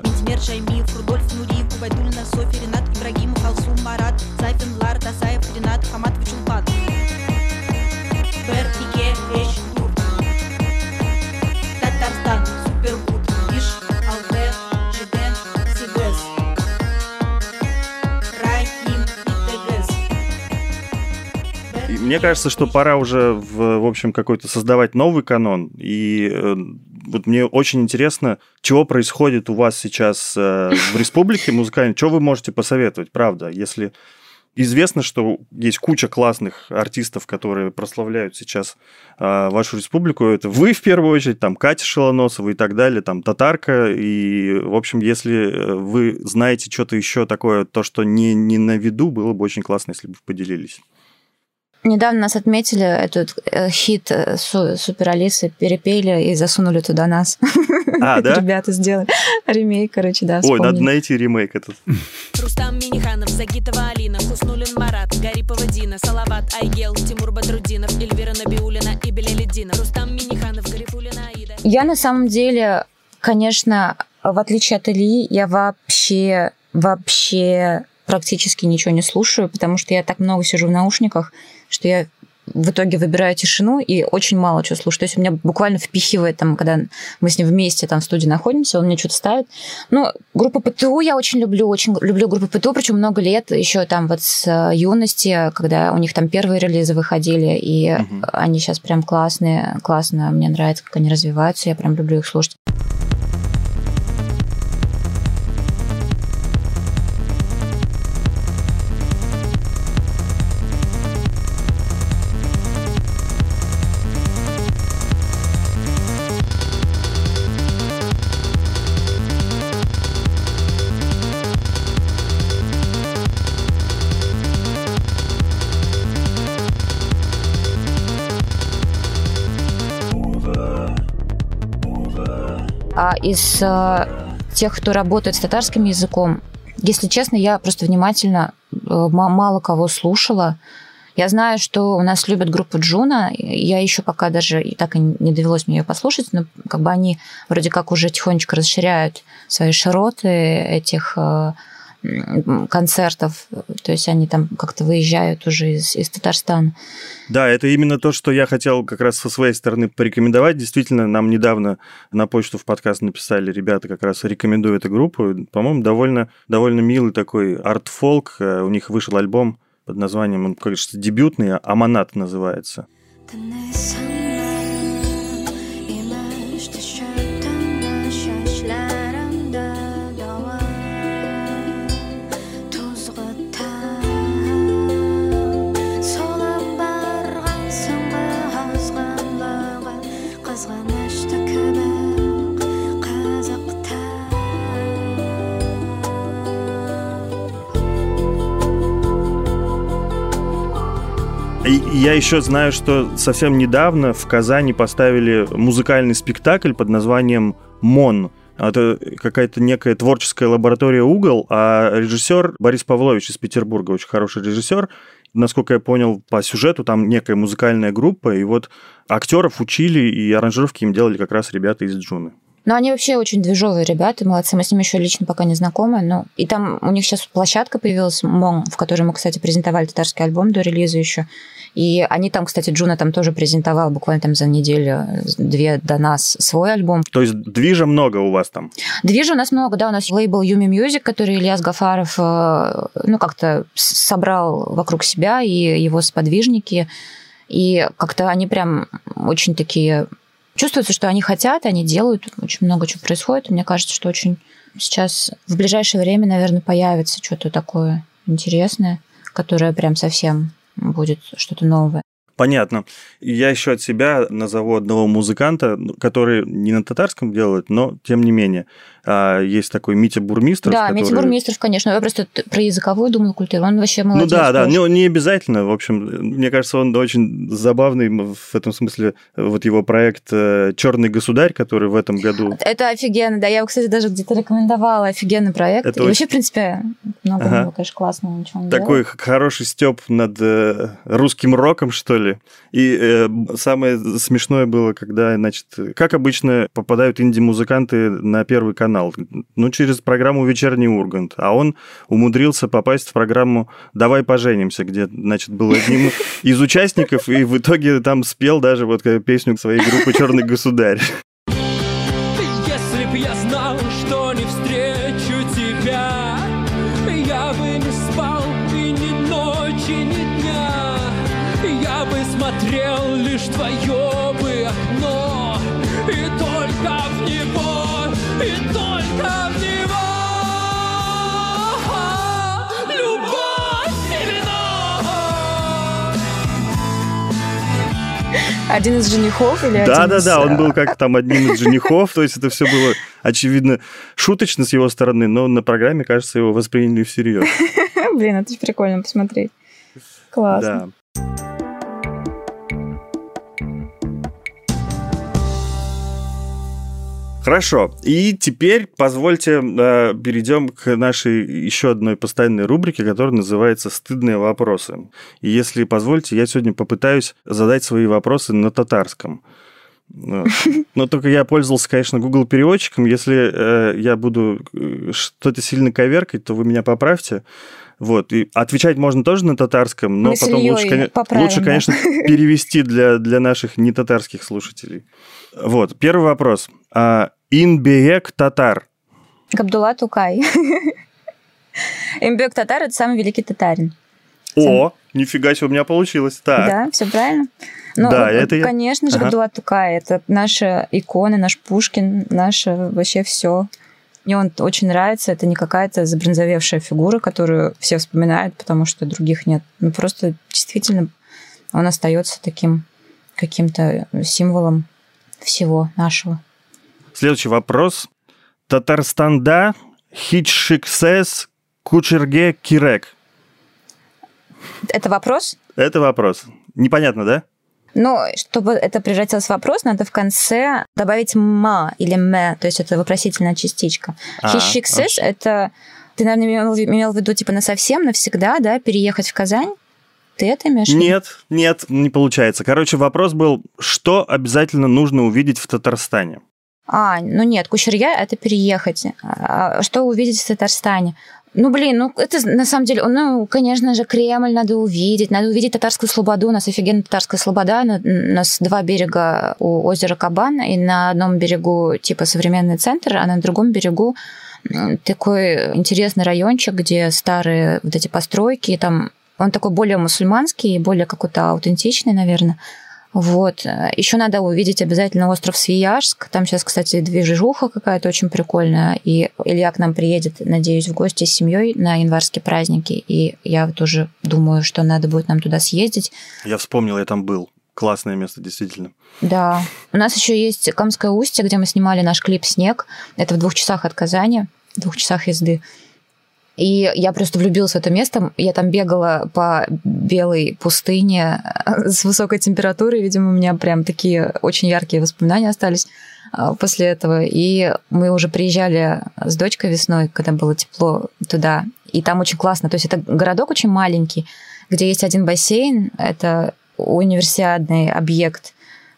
Мне кажется, что пора уже, в, в общем, какой-то создавать новый канон. И э, вот мне очень интересно, чего происходит у вас сейчас э, в республике музыкальной, что вы можете посоветовать, правда, если известно, что есть куча классных артистов, которые прославляют сейчас э, вашу республику. Это вы, в первую очередь, там, Катя Шелоносова и так далее, там, Татарка. И, в общем, если вы знаете что-то еще такое, то, что не, не на виду, было бы очень классно, если бы вы поделились. Недавно нас отметили, этот э, хит э, су- Супералисы перепели и засунули туда нас. А, да? Ребята сделали ремейк, короче, да, Ой, вспомнили. надо найти ремейк этот. Рустам Миниханов, Загитова Алина, Хуснулин Марат, Гарипова Дина, Салават Айгел, Тимур Бадрудинов, Эльвира Набиулина и Беляли Дина. Рустам Миниханов, Гарифулина Аида. Я на самом деле, конечно, в отличие от Ильи, я вообще, вообще практически ничего не слушаю, потому что я так много сижу в наушниках, что я в итоге выбираю тишину и очень мало чего слушаю. То есть у меня буквально впихивает, там, когда мы с ним вместе там, в студии находимся, он мне что-то ставит. Ну, группу ПТУ я очень люблю, очень люблю группу ПТУ, причем много лет, еще там вот с юности, когда у них там первые релизы выходили, и угу. они сейчас прям классные, классно, мне нравится, как они развиваются, я прям люблю их слушать. А из э, тех, кто работает с татарским языком, если честно, я просто внимательно э, мало кого слушала. Я знаю, что у нас любят группу Джуна. Я еще пока даже и так и не довелось мне ее послушать, но как бы они вроде как уже тихонечко расширяют свои широты этих э, концертов. То есть они там как-то выезжают уже из, из Татарстана. Да, это именно то, что я хотел как раз со своей стороны порекомендовать. Действительно, нам недавно на почту в подкаст написали ребята, как раз рекомендую эту группу. По-моему, довольно, довольно милый такой арт-фолк. У них вышел альбом под названием, он, кажется, дебютный, «Аманат» называется. И я еще знаю, что совсем недавно в Казани поставили музыкальный спектакль под названием «Мон». Это какая-то некая творческая лаборатория «Угол», а режиссер Борис Павлович из Петербурга, очень хороший режиссер. Насколько я понял, по сюжету там некая музыкальная группа, и вот актеров учили, и аранжировки им делали как раз ребята из Джуны. Но они вообще очень движовые ребята, молодцы. Мы с ними еще лично пока не знакомы. Но... И там у них сейчас площадка появилась, Мон, в которой мы, кстати, презентовали татарский альбом до релиза еще. И они там, кстати, Джуна там тоже презентовал буквально там за неделю-две до нас свой альбом. То есть движа много у вас там? Движа у нас много, да. У нас лейбл Юми Music, который Ильяс Гафаров, ну, как-то собрал вокруг себя, и его сподвижники. И как-то они прям очень такие... Чувствуется, что они хотят, они делают, очень много чего происходит. Мне кажется, что очень сейчас в ближайшее время, наверное, появится что-то такое интересное, которое прям совсем будет что-то новое. Понятно. Я еще от себя назову одного музыканта, который не на татарском делает, но тем не менее. Есть такой Митя Бурмистров. Да, который... Митя Бурмистров, конечно. Я просто про языковую думала культуру. Он вообще молодец. Ну да, да, но не обязательно. В общем, мне кажется, он очень забавный в этом смысле. Вот его проект «Черный государь», который в этом году... Это офигенно, да. Я его, кстати, даже где-то рекомендовала. Офигенный проект. Это И очень... вообще, в принципе, много ага. было, конечно, классного. Ничего не Такой делает. Хороший стёб над русским роком, что ли. И э, самое смешное было, когда, значит, как обычно попадают инди-музыканты на Первый канал. Ну, через программу «Вечерний Ургант». А он умудрился попасть в программу «Давай поженимся», где, значит, был одним из участников, и в итоге там спел даже вот песню своей группы «Черный государь». Если б я знал, что не встречу тебя, я бы не спал и ни ночи, ни дня. Я бы смотрел лишь твое бы окно, и только в него, и только в него. Любовь и вино. Один из женихов или да, один да, из... Да, да, он был как там одним из женихов, то есть это все было, очевидно, шуточно с его стороны, но на программе, кажется, его восприняли всерьез. Блин, это прикольно посмотреть. Классно. Да. Хорошо. И теперь позвольте э, перейдем к нашей еще одной постоянной рубрике, которая называется «Стыдные вопросы». И если позволите, я сегодня попытаюсь задать свои вопросы на татарском. Но только я пользовался, конечно, Google переводчиком. Если э, я буду что-то сильно коверкать, то вы меня поправьте. Вот. И отвечать можно тоже на татарском, но Мы потом лучше, поправим, лучше да. конечно, перевести для, для наших нетатарских слушателей. Вот. Первый вопрос. Инбек татар. Габдулла Тукай. Инбек татар – это самый великий татарин. О, Сам... нифига себе, у меня получилось. Так. Да, все правильно. Ну, да, это конечно я... же, ага. Габдулла Тукай – это наша икона, наш Пушкин, наше вообще все. Мне он очень нравится. Это не какая-то забронзовевшая фигура, которую все вспоминают, потому что других нет. Ну, просто действительно он остается таким каким-то символом всего нашего. Следующий вопрос. Татарстанда хичшиксес кучерге кирек. Это вопрос? Это вопрос. Непонятно, да? Ну, чтобы это превратилось в вопрос, надо в конце добавить «ма» или «мэ», то есть это вопросительная частичка. Хичшиксес – это... Ты, наверное, имел, имел в виду типа насовсем, навсегда, да, переехать в Казань? Ты это имеешь в виду? Нет, нет, не получается. Короче, вопрос был, что обязательно нужно увидеть в Татарстане? А, ну нет, кучерья – это переехать. А что увидеть в Татарстане? Ну, блин, ну это на самом деле, ну, конечно же, Кремль надо увидеть, надо увидеть татарскую слободу, у нас офигенная татарская слобода, у нас два берега у озера Кабан, и на одном берегу типа современный центр, а на другом берегу такой интересный райончик, где старые вот эти постройки, там он такой более мусульманский, более какой-то аутентичный, наверное. Вот. Еще надо увидеть обязательно остров Свияжск. Там сейчас, кстати, движуха какая-то очень прикольная. И Илья к нам приедет, надеюсь, в гости с семьей на январские праздники. И я тоже думаю, что надо будет нам туда съездить. Я вспомнил, я там был. Классное место, действительно. Да. У нас еще есть Камское устье, где мы снимали наш клип «Снег». Это в двух часах от Казани, в двух часах езды. И я просто влюбилась в это место. Я там бегала по белой пустыне с высокой температурой. Видимо, у меня прям такие очень яркие воспоминания остались после этого. И мы уже приезжали с дочкой весной, когда было тепло, туда. И там очень классно. То есть это городок очень маленький, где есть один бассейн. Это универсиадный объект.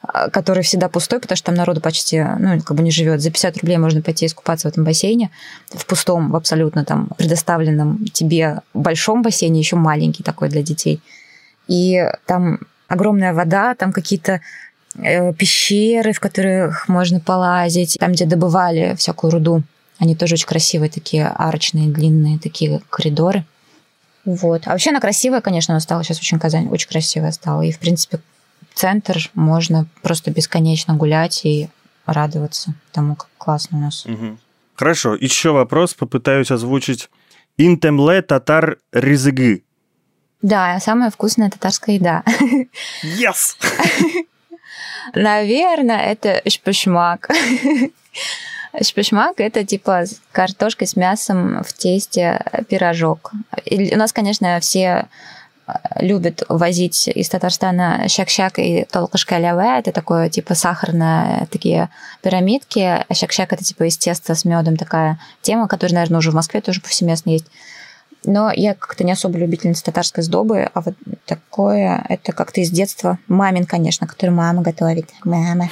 который всегда пустой, потому что там народу почти, ну, как бы не живет. За пятьдесят рублей можно пойти искупаться в этом бассейне, в пустом, в абсолютно там предоставленном тебе большом бассейне, еще маленький такой для детей. И там огромная вода, там какие-то э, пещеры, в которых можно полазить, там, где добывали всякую руду. Они тоже очень красивые, такие арочные, длинные такие коридоры. Вот. А вообще она красивая, конечно, она стала сейчас очень Казань, очень красивая стала. И, в принципе, центр можно просто бесконечно гулять и радоваться тому, как классно у нас. Угу. Хорошо, еще вопрос, попытаюсь озвучить. Интемле татар ризыгы. Да, самая вкусная татарская еда. Yes! Наверное, это шпашмак. Шпашмак – это типа картошка с мясом в тесте пирожок. И у нас, конечно, все любят возить из Татарстана щак-щак и толкышка-ляве. Это такое, типа, сахарные такие пирамидки. А щак-щак – это, типа, из теста с медом такая тема, которая, наверное, уже в Москве тоже повсеместно есть. Но я как-то не особо любительница татарской сдобы, а вот такое – это как-то из детства. Мамин, конечно, который мама готовит. Мама.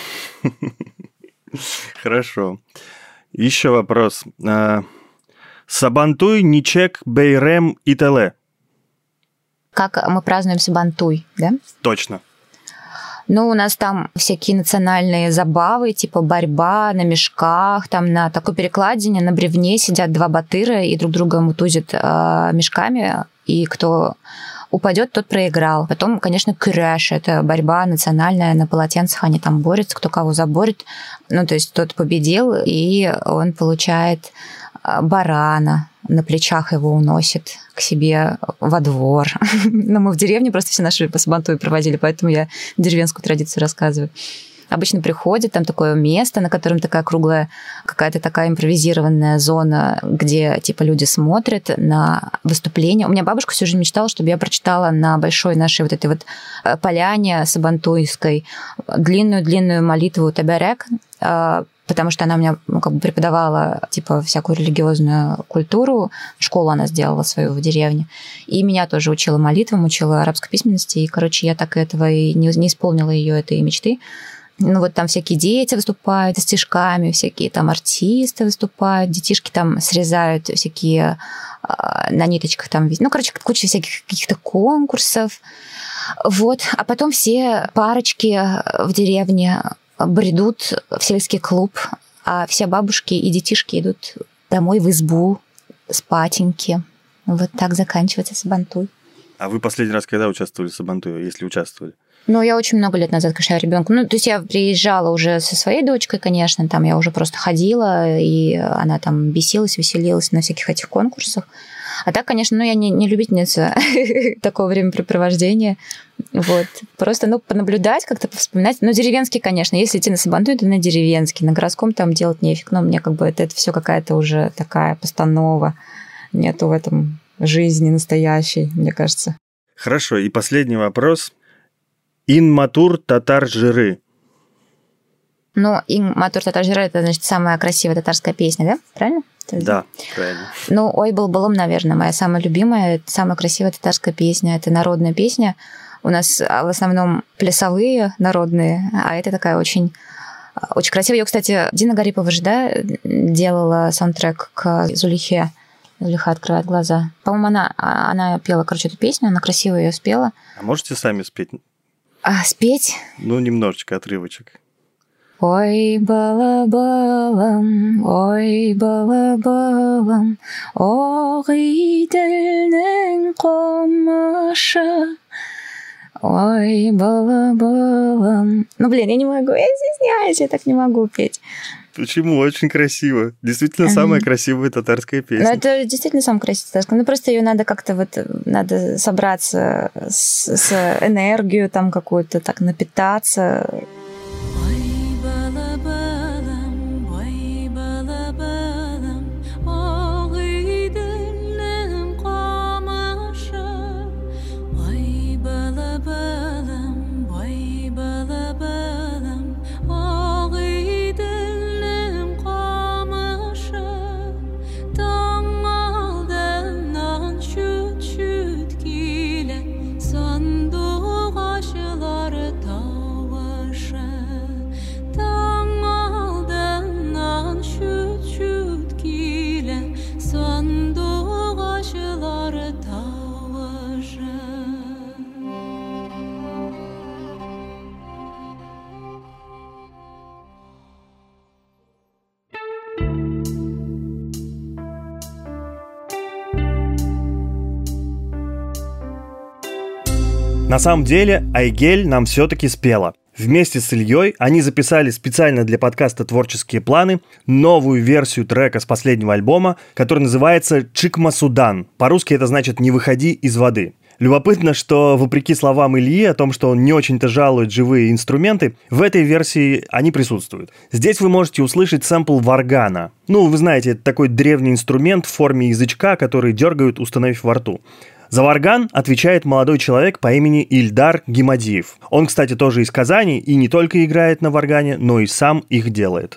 Хорошо. Еще вопрос. Сабантуй, Ничек, Бейрем и Теле. Как мы празднуем Сабантуй, да? Точно. Ну, у нас там всякие национальные забавы, типа борьба на мешках, там на такой перекладине, на бревне сидят два батыра и друг друга мутузят э, мешками, и кто упадет, тот проиграл. Потом, конечно, крэш, это борьба национальная, на полотенцах они там борются, кто кого заборет. Ну, то есть тот победил, и он получает барана, на плечах его уносит к себе во двор. Но мы в деревне просто все наши по Сабантуй проводили, поэтому я деревенскую традицию рассказываю. Обычно приходят, там такое место, на котором такая круглая, какая-то такая импровизированная зона, где типа люди смотрят на выступление. У меня бабушка всю жизнь мечтала, чтобы я прочитала на большой нашей вот этой вот поляне сабантуйской длинную-длинную молитву Табярек, потому что она у меня, ну, как бы преподавала типа всякую религиозную культуру, школу она сделала свою в деревне, и меня тоже учила молитвам, учила арабской письменности, и, короче, я так этого и не, не исполнила ее этой мечты. Ну, вот там всякие дети выступают с стишками, всякие там артисты выступают, детишки там срезают всякие э, на ниточках там, ну, короче, куча всяких каких-то конкурсов. Вот. А потом все парочки в деревне бредут в сельский клуб, а все бабушки и детишки идут домой в избу спатеньки. Вот так заканчивается Сабантуй. А вы последний раз когда участвовали в Сабантуе, если участвовали? Ну, я очень много лет назад, когда я ребенку. Ну, то есть я приезжала уже со своей дочкой, конечно, там я уже просто ходила, и она там бесилась, веселилась на всяких этих конкурсах. А так, конечно, ну, я не, не любительница такого времяпрепровождения. Вот. Просто, ну, понаблюдать, как-то повспоминать. Ну, деревенский, конечно. Если идти на Сабантуй, то на деревенский. На городском там делать нефиг. Но мне как бы это, это все какая-то уже такая постанова. Нету в этом жизни настоящей, мне кажется. Хорошо. И последний вопрос. Ин-матур татар жиры. Ну, ин-матур татар жиры – это, значит, самая красивая татарская песня, да? Правильно? Да, правильно. Ну, «Ой, был-былым», наверное, моя самая любимая, самая красивая татарская песня. Это народная песня. У нас в основном плясовые народные, а это такая очень, очень красивая. Ее, кстати, Дина Гарипова же, да, делала саундтрек к Зулихе. Зулиха открывает глаза. По-моему, она, она пела, короче, эту песню, она красиво ее спела. А можете сами спеть? А, спеть? Ну, немножечко отрывочек. Ой, бала-балам, ой, бала-балам, оғиделнің қомашы, ой, бала-балам. Ну, блин, я не могу, я стесняюсь, я так не могу петь. Почему? Очень красиво. Действительно, самая mm-hmm. красивая татарская песня. Ну, это действительно самая красивая татарская. Ну, просто ее надо как-то вот, надо собраться с, с энергией там какую-то, так напитаться. Sandık aşıları tavaşa На самом деле, Айгель нам все-таки спела. Вместе с Ильей они записали специально для подкаста «Творческие планы» новую версию трека с последнего альбома, который называется «Чикма Судан». По-русски это значит «Не выходи из воды». Любопытно, что, вопреки словам Ильи о том, что он не очень-то жалует живые инструменты, в этой версии они присутствуют. Здесь вы можете услышать сэмпл варгана. Ну, вы знаете, это такой древний инструмент в форме язычка, который дергают, установив во рту. За варган отвечает молодой человек по имени Ильдар Гимадиев. Он, кстати, тоже из Казани и не только играет на варгане, но и сам их делает.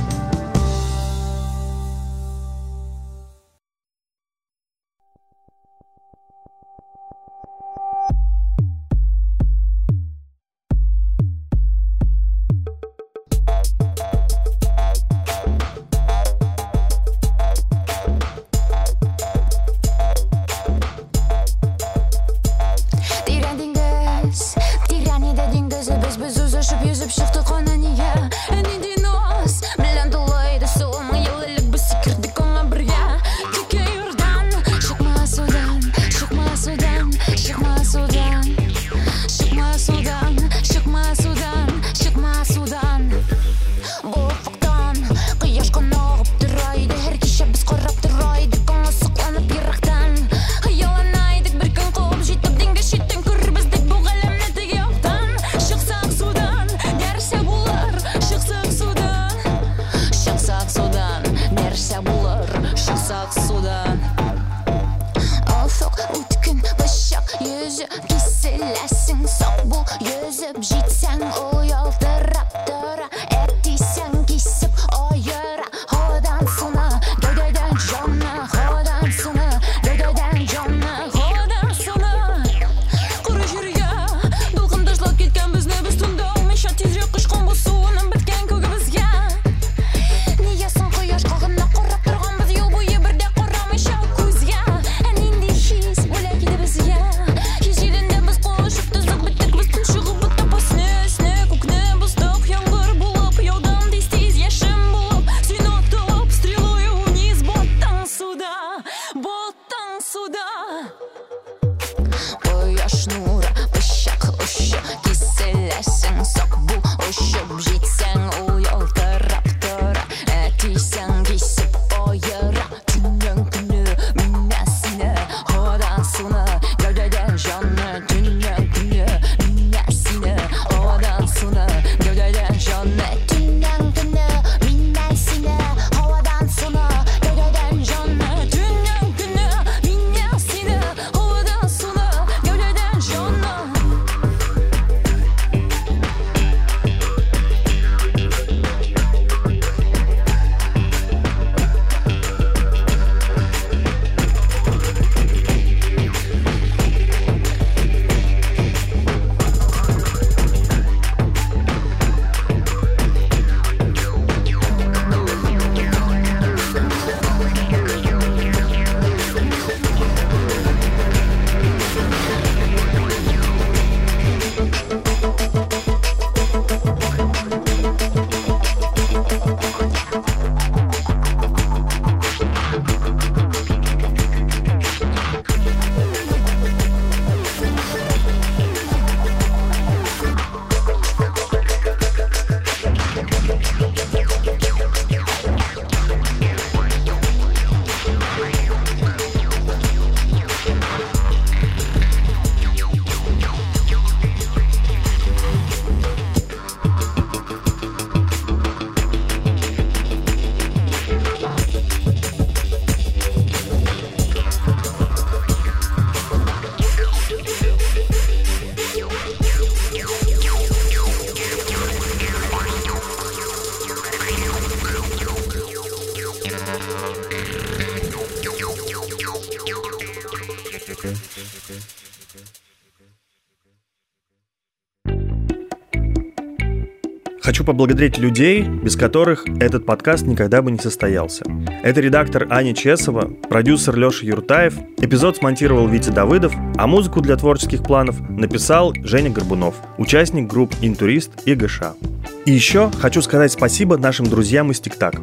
Хочу поблагодарить людей, без которых этот подкаст никогда бы не состоялся. Это редактор Аня Чесова, продюсер Леша Юртаев, эпизод смонтировал Витя Давыдов, а музыку для творческих планов написал Женя Горбунов, участник групп «Интурист» и ГШ. И еще хочу сказать спасибо нашим друзьям из ТикТак.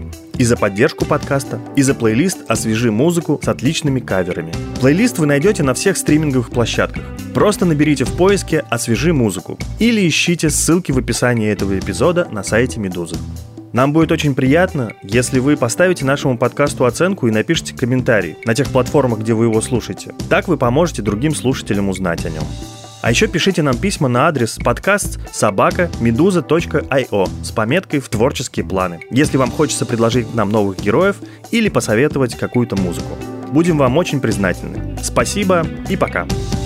и за поддержку подкаста, и за плейлист «Освежи музыку» с отличными каверами. Плейлист вы найдете на всех стриминговых площадках. Просто наберите в поиске «Освежи музыку» или ищите ссылки в описании этого эпизода на сайте Медузы. Нам будет очень приятно, если вы поставите нашему подкасту оценку и напишите комментарий на тех платформах, где вы его слушаете. Так вы поможете другим слушателям узнать о нем. А еще пишите нам письма на адрес подкаст собака медуза точка ай о с пометкой «В творческие планы», если вам хочется предложить нам новых героев или посоветовать какую-то музыку. Будем вам очень признательны. Спасибо и пока!